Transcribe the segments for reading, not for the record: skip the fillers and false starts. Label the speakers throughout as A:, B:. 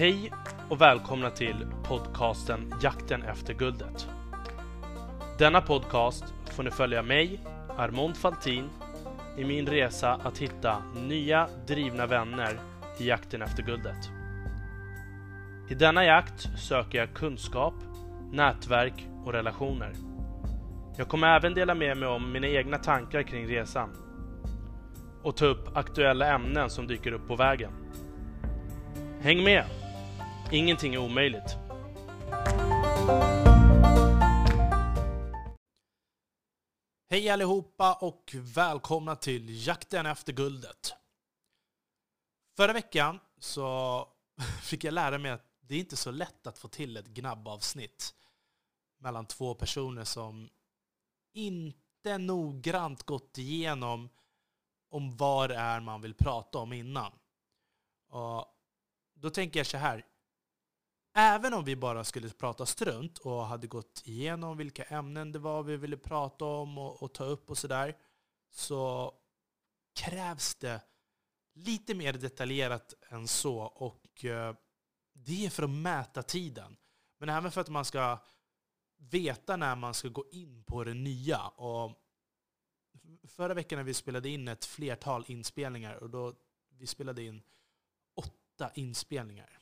A: Hej och välkomna till podcasten Jakten efter guldet. Denna podcast får ni följa mig, Armond Faltin, i min resa att hitta nya drivna vänner i jakten efter guldet. I denna jakt söker jag kunskap, nätverk och relationer. Jag kommer även dela med mig om mina egna tankar kring resan och ta upp aktuella ämnen som dyker upp på vägen. Häng med! Ingenting är omöjligt. Hej allihopa och välkomna till Jakten efter guldet. Förra veckan så fick jag lära mig att det är inte så lätt att få till ett gnabbavsnitt mellan två personer som inte noggrant gått igenom om vad det är man vill prata om innan. Och då tänker jag så här. Även om vi bara skulle prata strunt och hade gått igenom vilka ämnen det var vi ville prata om och ta upp och sådär, så krävs det lite mer detaljerat än så. Och det är för att mäta tiden. Men även för att man ska veta när man ska gå in på det nya. Och förra veckan när vi spelade in ett flertal inspelningar, och då vi spelade in 8 inspelningar.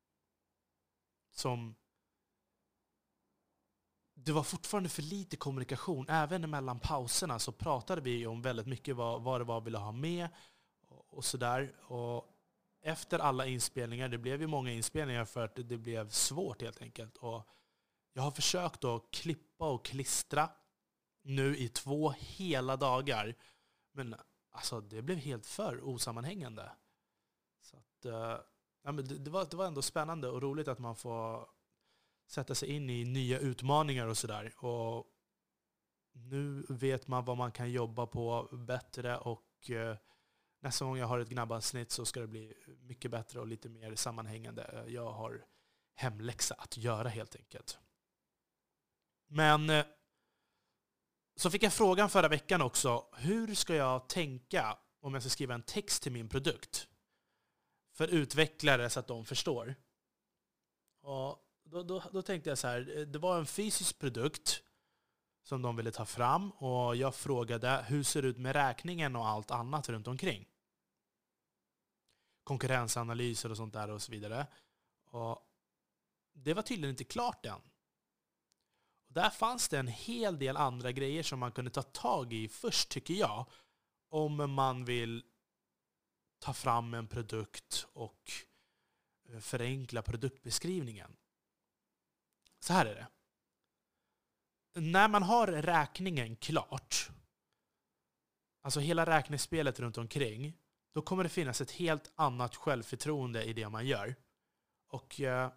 A: Som det var fortfarande för lite kommunikation. Även mellan pauserna så pratade vi om väldigt mycket vad det var vi ville ha med och sådär. Och efter alla inspelningar, det blev ju många inspelningar för att det blev svårt helt enkelt. Och jag har försökt att klippa och klistra nu i 2 hela dagar. Men alltså det blev helt för osammanhängande. Så att ja, men det var ändå spännande och roligt att man får sätta sig in i nya utmaningar och sådär. Och nu vet man vad man kan jobba på bättre, och nästa gång jag har ett gnabbavsnitt så ska det bli mycket bättre och lite mer sammanhängande. Jag har hemläxa att göra helt enkelt. Men så fick jag frågan förra veckan också. Hur ska jag tänka om jag ska skriva en text till min produkt? För utvecklare så att de förstår. Och då tänkte jag så här. Det var en fysisk produkt som de ville ta fram. Och jag frågade hur ser det ut med räkningen och allt annat runt omkring. Konkurrensanalyser och sånt där och så vidare. Och det var tydligen inte klart än. Och där fanns det en hel del andra grejer som man kunde ta tag i först, tycker jag. Om man vill ta fram en produkt och förenkla produktbeskrivningen. Så här är det. När man har räkningen klart, alltså hela räknespelet runt omkring, då kommer det finnas ett helt annat självförtroende i det man gör. Och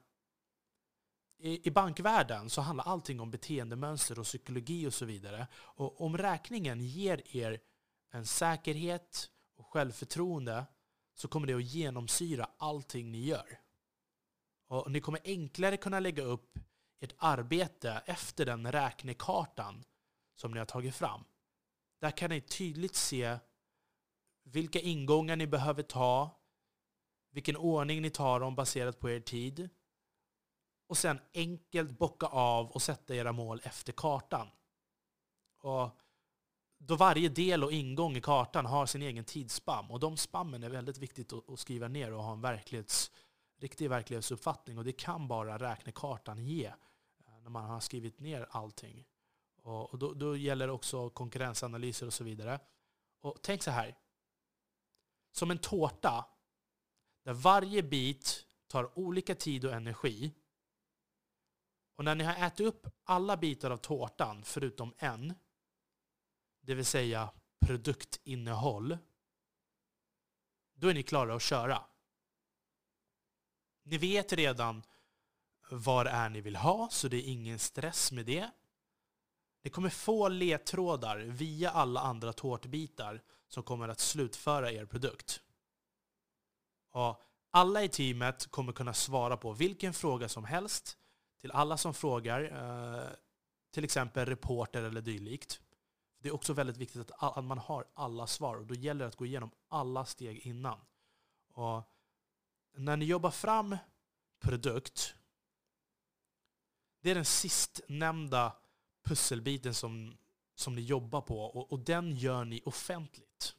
A: i bankvärlden så handlar allting om beteendemönster och psykologi och så vidare. Och om räkningen ger er en säkerhet och självförtroende, så kommer det att genomsyra allting ni gör. Och ni kommer enklare kunna lägga upp ert arbete efter den räknekartan som ni har tagit fram. Där kan ni tydligt se vilka ingångar ni behöver ta, vilken ordning ni tar dem baserat på er tid. Och sen enkelt bocka av och sätta era mål efter kartan. Och då varje del och ingång i kartan har sin egen tidsspam. Och de spammen är väldigt viktigt att skriva ner och ha en riktig verklighetsuppfattning. Och det kan bara räknekartan ge när man har skrivit ner allting. Och då gäller det också konkurrensanalyser och så vidare. Och tänk så här. Som en tårta där varje bit tar olika tid och energi. Och när ni har ätit upp alla bitar av tårtan förutom en, det vill säga produktinnehåll, då är ni klara att köra. Ni vet redan vad det är ni vill ha, så det är ingen stress med det. Ni kommer få ledtrådar via alla andra tårtbitar som kommer att slutföra er produkt. Och alla i teamet kommer kunna svara på vilken fråga som helst till alla som frågar, till exempel reporter eller dylikt. Det är också väldigt viktigt att man har alla svar, och då gäller det att gå igenom alla steg innan. Och när ni jobbar fram produkt, det är den sistnämnda pusselbiten som ni jobbar på, och den gör ni offentligt.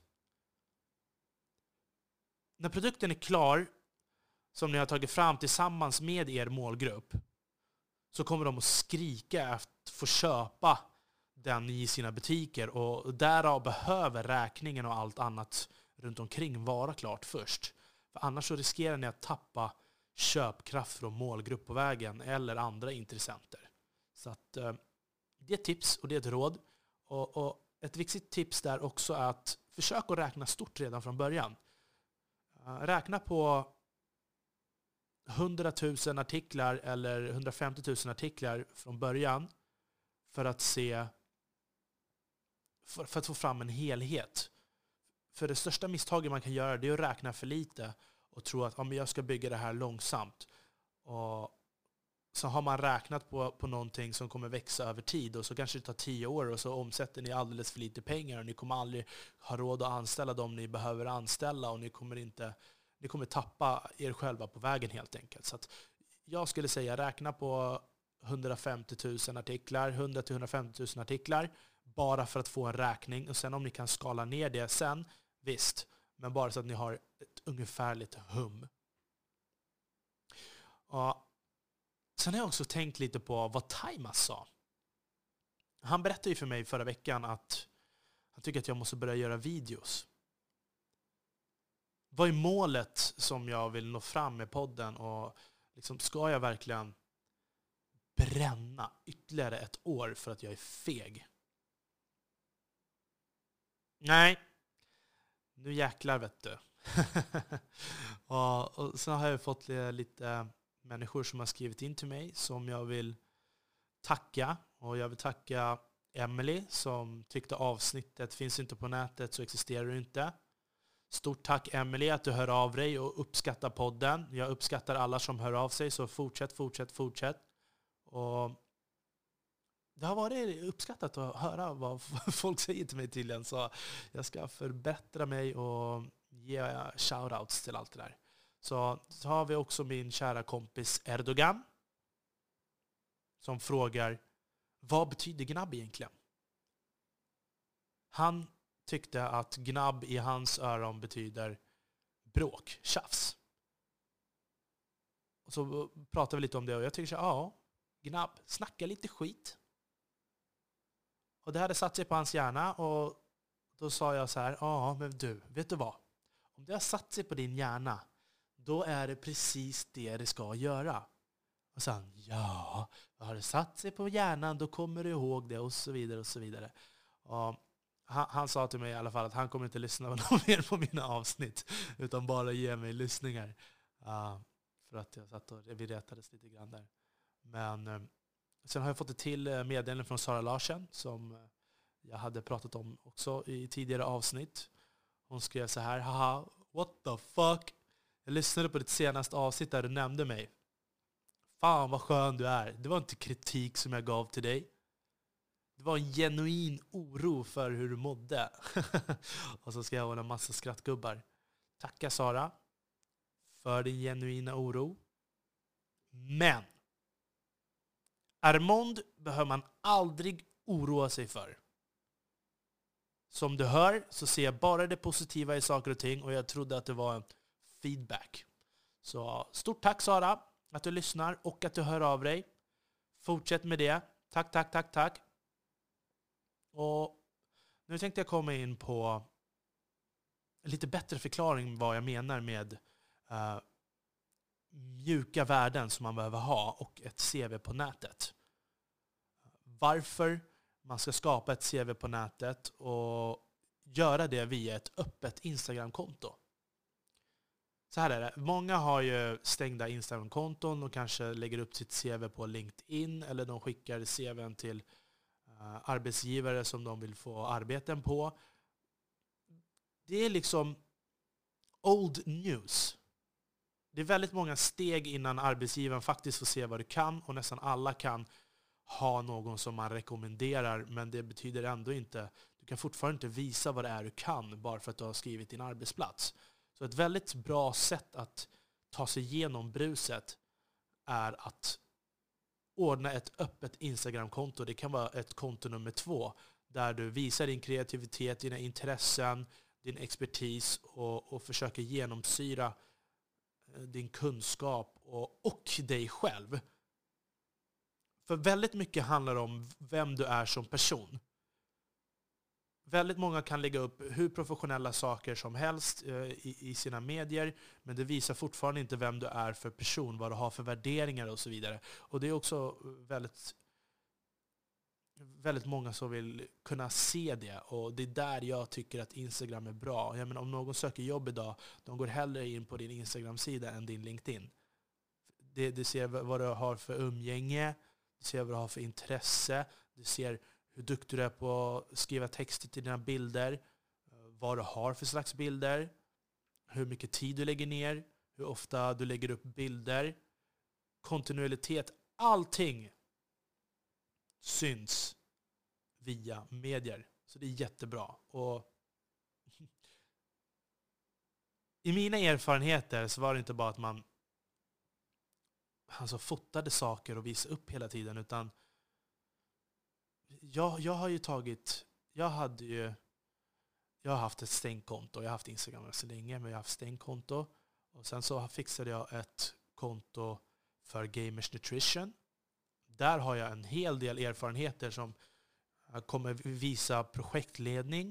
A: När produkten är klar, som ni har tagit fram tillsammans med er målgrupp, så kommer de att skrika efter att få köpa den i sina butiker, och därav behöver räkningen och allt annat runt omkring vara klart först. För annars så riskerar ni att tappa köpkraft från målgrupp på vägen eller andra intressenter. Så att det är ett tips och det är ett råd. Och ett viktigt tips där också är att försöka räkna stort redan från början. Räkna på 100 000 artiklar eller 150 000 artiklar från början för att få fram en helhet. För det största misstaget man kan göra, det är att räkna för lite och tro att jag ska bygga det här långsamt. Och så har man räknat på någonting som kommer växa över tid, och så kanske det tar 10 år och så omsätter ni alldeles för lite pengar och ni kommer aldrig ha råd att anställa dem ni behöver anställa, och ni kommer tappa er själva på vägen helt enkelt. Så att jag skulle säga räkna på 150 000 artiklar, 100 till 150 000 artiklar bara för att få en räkning, och sen om ni kan skala ner det sen, visst, men bara så att ni har ett ungefärligt hum. Och sen har jag också tänkt lite på vad Timas sa. Han berättade ju för mig förra veckan att han tycker att jag måste börja göra videos. Vad är målet som jag vill nå fram med podden, och liksom, ska jag verkligen bränna ytterligare ett år för att jag är feg? Nej, nu jäklar vet du. och sen har jag fått lite människor som har skrivit in till mig som jag vill tacka. Och jag vill tacka Emily som tyckte avsnittet finns inte på nätet så existerar du inte. Stort tack Emily att du hör av dig och uppskattar podden. Jag uppskattar alla som hör av sig, så fortsätt. Och det har varit uppskattat att höra vad folk säger till mig tydligen, så jag ska förbättra mig och ge shoutouts till allt det där. Så har vi också min kära kompis Erdogan som frågar, vad betyder gnabb egentligen? Han tyckte att gnabb i hans öron betyder bråk, tjafs. Och så pratade vi lite om det och jag tycker så ja, gnabb, snacka lite skit. Och det hade satt sig på hans hjärna, och då sa jag så här, ja men du, vet du vad? Om det har satt sig på din hjärna, då är det precis det ska göra. Och så han, ja, har det satt sig på hjärnan, då kommer du ihåg det, och så vidare och så vidare. Och han sa till mig i alla fall att han kommer inte lyssna mer på mina avsnitt, utan bara ge mig lyssningar. För att jag satt och vi retades lite grann där. Men sen har jag fått ett till meddelande från Sara Larsen som jag hade pratat om också i tidigare avsnitt. Hon skrev så här, haha, what the fuck? Jag lyssnade på ditt senaste avsnitt där du nämnde mig. Fan vad skön du är. Det var inte kritik som jag gav till dig. Det var en genuin oro för hur du mådde. Och så ska jag ha en massa skrattgubbar. Tacka Sara för din genuina oro. Men Armond behöver man aldrig oroa sig för. Som du hör så ser jag bara det positiva i saker och ting, och jag trodde att det var en feedback. Så stort tack Sara att du lyssnar och att du hör av dig. Fortsätt med det. Tack. Och nu tänkte jag komma in på en lite bättre förklaring vad jag menar med mjuka värden som man behöver ha och ett CV på nätet. Varför man ska skapa ett CV på nätet och göra det via ett öppet Instagram-konto. Så här är det. Många har ju stängda Instagram-konton och kanske lägger upp sitt CV på LinkedIn, eller de skickar CVn till arbetsgivare som de vill få arbeten på. Det är liksom old news. Det är väldigt många steg innan arbetsgivaren faktiskt får se vad du kan, och nästan alla kan ha någon som man rekommenderar, men det betyder ändå inte, du kan fortfarande inte visa vad det är du kan bara för att du har skrivit din arbetsplats. Så ett väldigt bra sätt att ta sig igenom bruset är att ordna ett öppet Instagram-konto. Det kan vara ett konto nummer 2 där du visar din kreativitet, dina intressen, din expertis och försöker genomsyra din kunskap och dig själv. För väldigt mycket handlar om vem du är som person. Väldigt många kan lägga upp hur professionella saker som helst i sina medier, men det visar fortfarande inte vem du är för person, vad du har för värderingar och så vidare. Och det är också väldigt många som vill kunna se det, och det är där jag tycker att Instagram är bra. Jag menar, om någon söker jobb idag, de går hellre in på din Instagram-sida än din LinkedIn. Det ser vad du har för umgänge, du ser vad du har för intresse, du ser hur duktig du är på att skriva texter till dina bilder, vad du har för slags bilder, hur mycket tid du lägger ner, hur ofta du lägger upp bilder, kontinuitet, allting syns via medier. Så det är jättebra. Och i mina erfarenheter så var det inte bara att man fotade saker och visade upp hela tiden, utan jag har haft ett stängkonto. Jag har haft Instagram så länge, men jag har haft stängkonto. Och sen så fixade jag ett konto för Gamers Nutrition. Där har jag en hel del erfarenheter som kommer visa projektledning,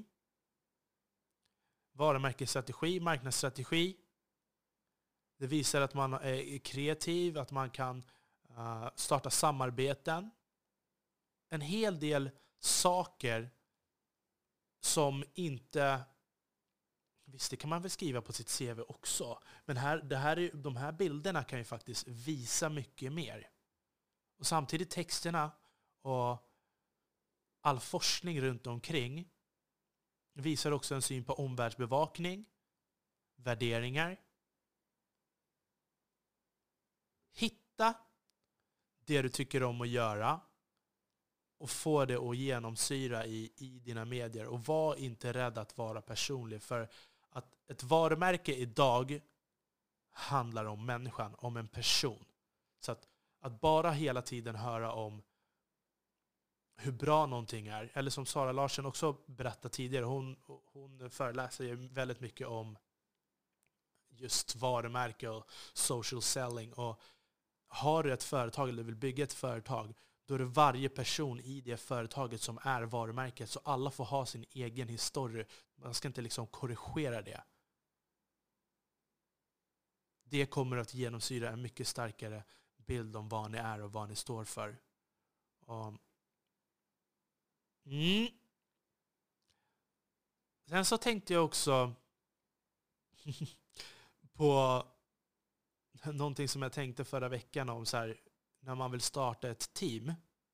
A: varumärkesstrategi, marknadsstrategi. Det visar att man är kreativ, att man kan starta samarbeten. En hel del saker som inte... Visst, det kan man väl skriva på sitt CV också. Men de här bilderna kan ju faktiskt visa mycket mer. Och samtidigt texterna och all forskning runt omkring visar också en syn på omvärldsbevakning, värderingar. Hitta det du tycker om att göra och få det att genomsyra i dina medier. Och var inte rädd att vara personlig. För att ett varumärke idag handlar om människan, om en person. Så att bara hela tiden höra om hur bra någonting är. Eller som Sara Larsson också berättade tidigare. Hon föreläser ju väldigt mycket om just varumärke och social selling. Och har du ett företag eller vill bygga ett företag, då är det varje person i det företaget som är varumärket. Så alla får ha sin egen historia. Man ska inte liksom korrigera det. Det kommer att genomsyra en mycket starkare bild om vad ni är och vad ni står för. Sen så tänkte jag också på någonting som jag tänkte förra veckan om så här, när man vill starta ett team.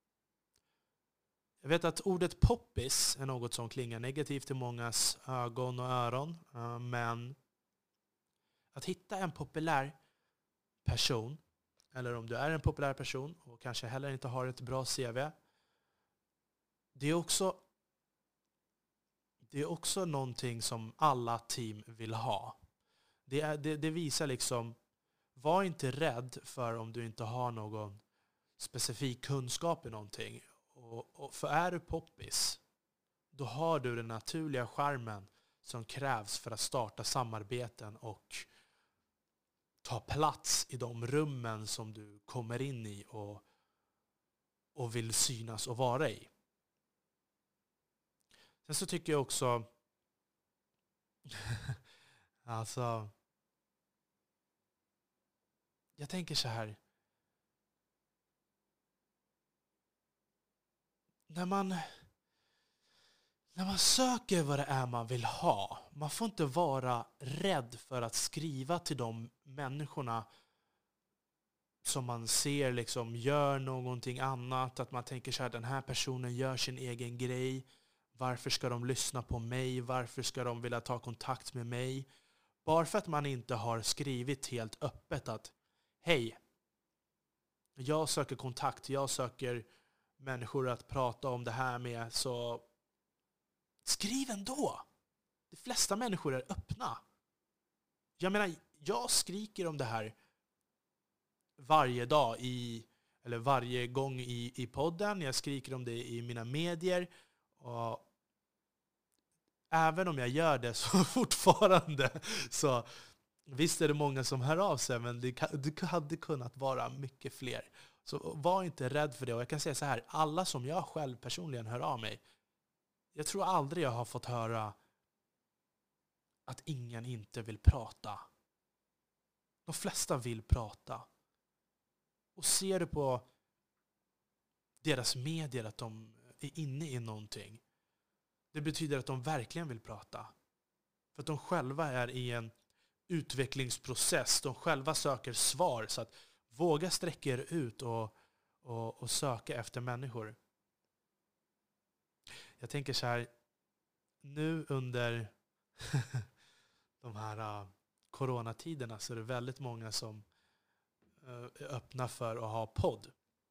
A: Jag vet att ordet poppis är något som klingar negativt i mångas ögon och öron. Men att hitta en populär person, eller om du är en populär person och kanske heller inte har ett bra CV, det är också någonting som alla team vill ha. Det visar liksom, var inte rädd för om du inte har någon specifik kunskap i någonting. Och för är du poppis, då har du den naturliga charmen som krävs för att starta samarbeten och ta plats i de rummen som du kommer in i och vill synas och vara i. Sen så tycker jag också alltså, jag tänker så här, när man söker vad det är man vill ha, man får inte vara rädd för att skriva till de människorna som man ser liksom gör någonting annat. Att man tänker så här, den här personen gör sin egen grej. Varför ska de lyssna på mig? Varför ska de vilja ta kontakt med mig? Bara för att man inte har skrivit helt öppet att hej, jag söker kontakt, jag söker människor att prata om det här med, så skriv ändå. De flesta människor är öppna. Jag menar, jag skriker om det här varje dag eller varje gång i podden. Jag skriker om det i mina medier. Och även om jag gör det så fortfarande, så visst är det många som hör av sig, men det hade kunnat vara mycket fler. Så var inte rädd för det. Och jag kan säga så här, alla som jag själv personligen hör av mig, jag tror aldrig jag har fått höra att ingen inte vill prata. De flesta vill prata. Och ser du på deras medier att de är inne i någonting, det betyder att de verkligen vill prata. För att de själva är i en utvecklingsprocess. De själva söker svar. Så att våga sträcka er ut och söka efter människor. Jag tänker så här, nu under de här coronatiderna så är det väldigt många som är öppna för att ha podd.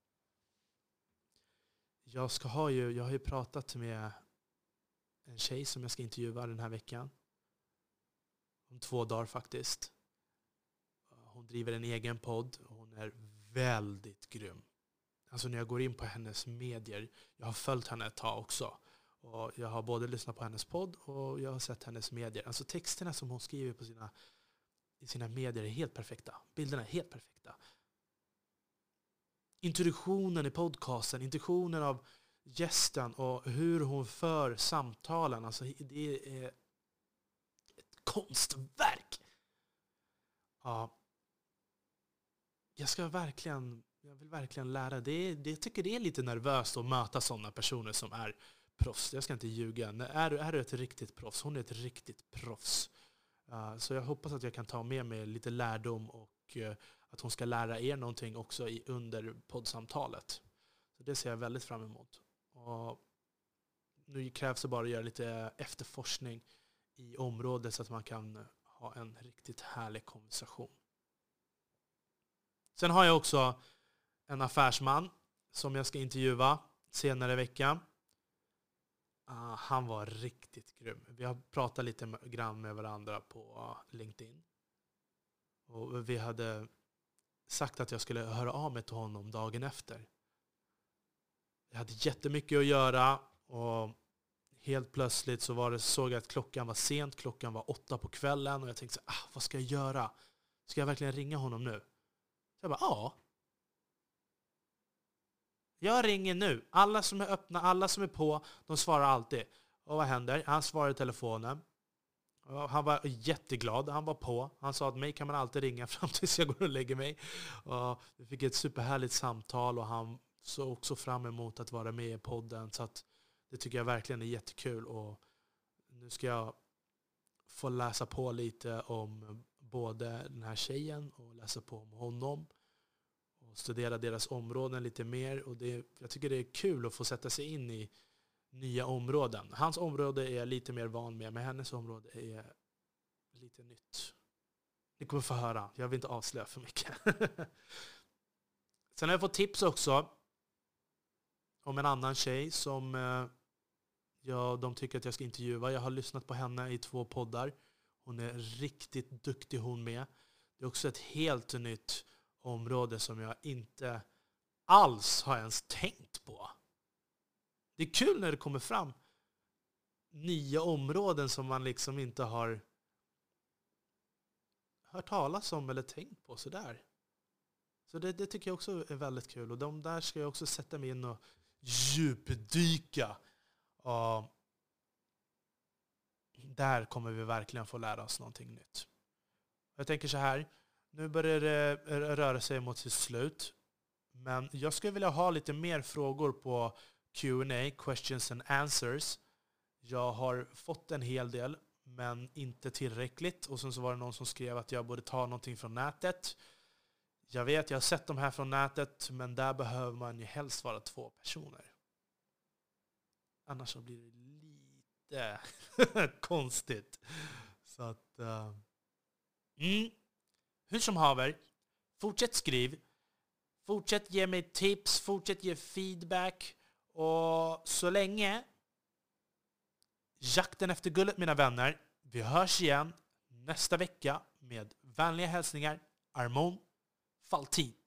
A: Jag har ju pratat med en tjej som jag ska intervjua den här veckan. Om 2 dagar faktiskt. Hon driver en egen podd och hon är väldigt grym. Alltså när jag går in på hennes medier, jag har följt henne ett tag också. Och jag har både lyssnat på hennes podd och jag har sett hennes medier. Alltså texterna som hon skriver i sina medier är helt perfekta. Bilderna är helt perfekta. Introduktionen i podcasten, introduktionen av gästen och hur hon för samtalen. Alltså det är ett konstverk. Ja. Jag vill verkligen lära. Jag tycker det är lite nervöst att möta sådana personer som är proffs. Jag ska inte ljuga. Är du ett riktigt proffs? Hon är ett riktigt proffs. Så jag hoppas att jag kan ta med mig lite lärdom och att hon ska lära er någonting också under poddsamtalet. Så det ser jag väldigt fram emot. Och nu krävs det bara att göra lite efterforskning i området så att man kan ha en riktigt härlig konversation. Sen har jag också en affärsman som jag ska intervjua senare i veckan. Han var riktigt grym. Vi har pratat lite grann med varandra på LinkedIn. Och vi hade sagt att jag skulle höra av mig till honom dagen efter. Jag hade jättemycket att göra och helt plötsligt så såg jag att klockan var sent. Klockan var 8 på kvällen och jag tänkte vad ska jag göra? Ska jag verkligen ringa honom nu? Så jag bara, ja. Jag ringer nu. Alla som är öppna, alla som är på, de svarar alltid. Och vad händer? Han svarar i telefonen. Och han var jätteglad. Han var på. Han sa att mig kan man alltid ringa fram tills jag går och lägger mig. Och vi fick ett superhärligt samtal och han såg också fram emot att vara med i podden. Så att det tycker jag verkligen är jättekul. Och nu ska jag få läsa på lite om både den här tjejen och läsa på om honom. Och studera deras områden lite mer. Och jag tycker det är kul att få sätta sig in i nya områden. Hans område är jag lite mer van med, men hennes område är lite nytt. Ni kommer få höra. Jag vill inte avslöja för mycket. Sen har jag fått tips också om en annan tjej som de tycker att jag ska intervjua. Jag har lyssnat på henne i 2 poddar. Hon är riktigt duktig hon med. Det är också ett helt nytt område som jag inte alls har ens tänkt på. Det är kul när det kommer fram nya områden som man liksom inte har hört talas om eller tänkt på sådär. Så det tycker jag också är väldigt kul. Och de där ska jag också sätta mig in och djupdyka. Och där kommer vi verkligen få lära oss någonting nytt. Jag tänker så här. Nu börjar det röra sig mot sitt slut. Men jag skulle vilja ha lite mer frågor på Q&A, questions and answers. Jag har fått en hel del, men inte tillräckligt. Och sen så var det någon som skrev att jag borde ta någonting från nätet. Jag vet, jag har sett de här från nätet, men där behöver man ju helst vara 2 personer. Annars så blir det lite konstigt. Så att... Hur som haver, fortsätt skriv. Fortsätt ge mig tips, fortsätt ge feedback. Och så länge jakten efter guldet, mina vänner. Vi hörs igen nästa vecka med vänliga hälsningar. Armon Faltin.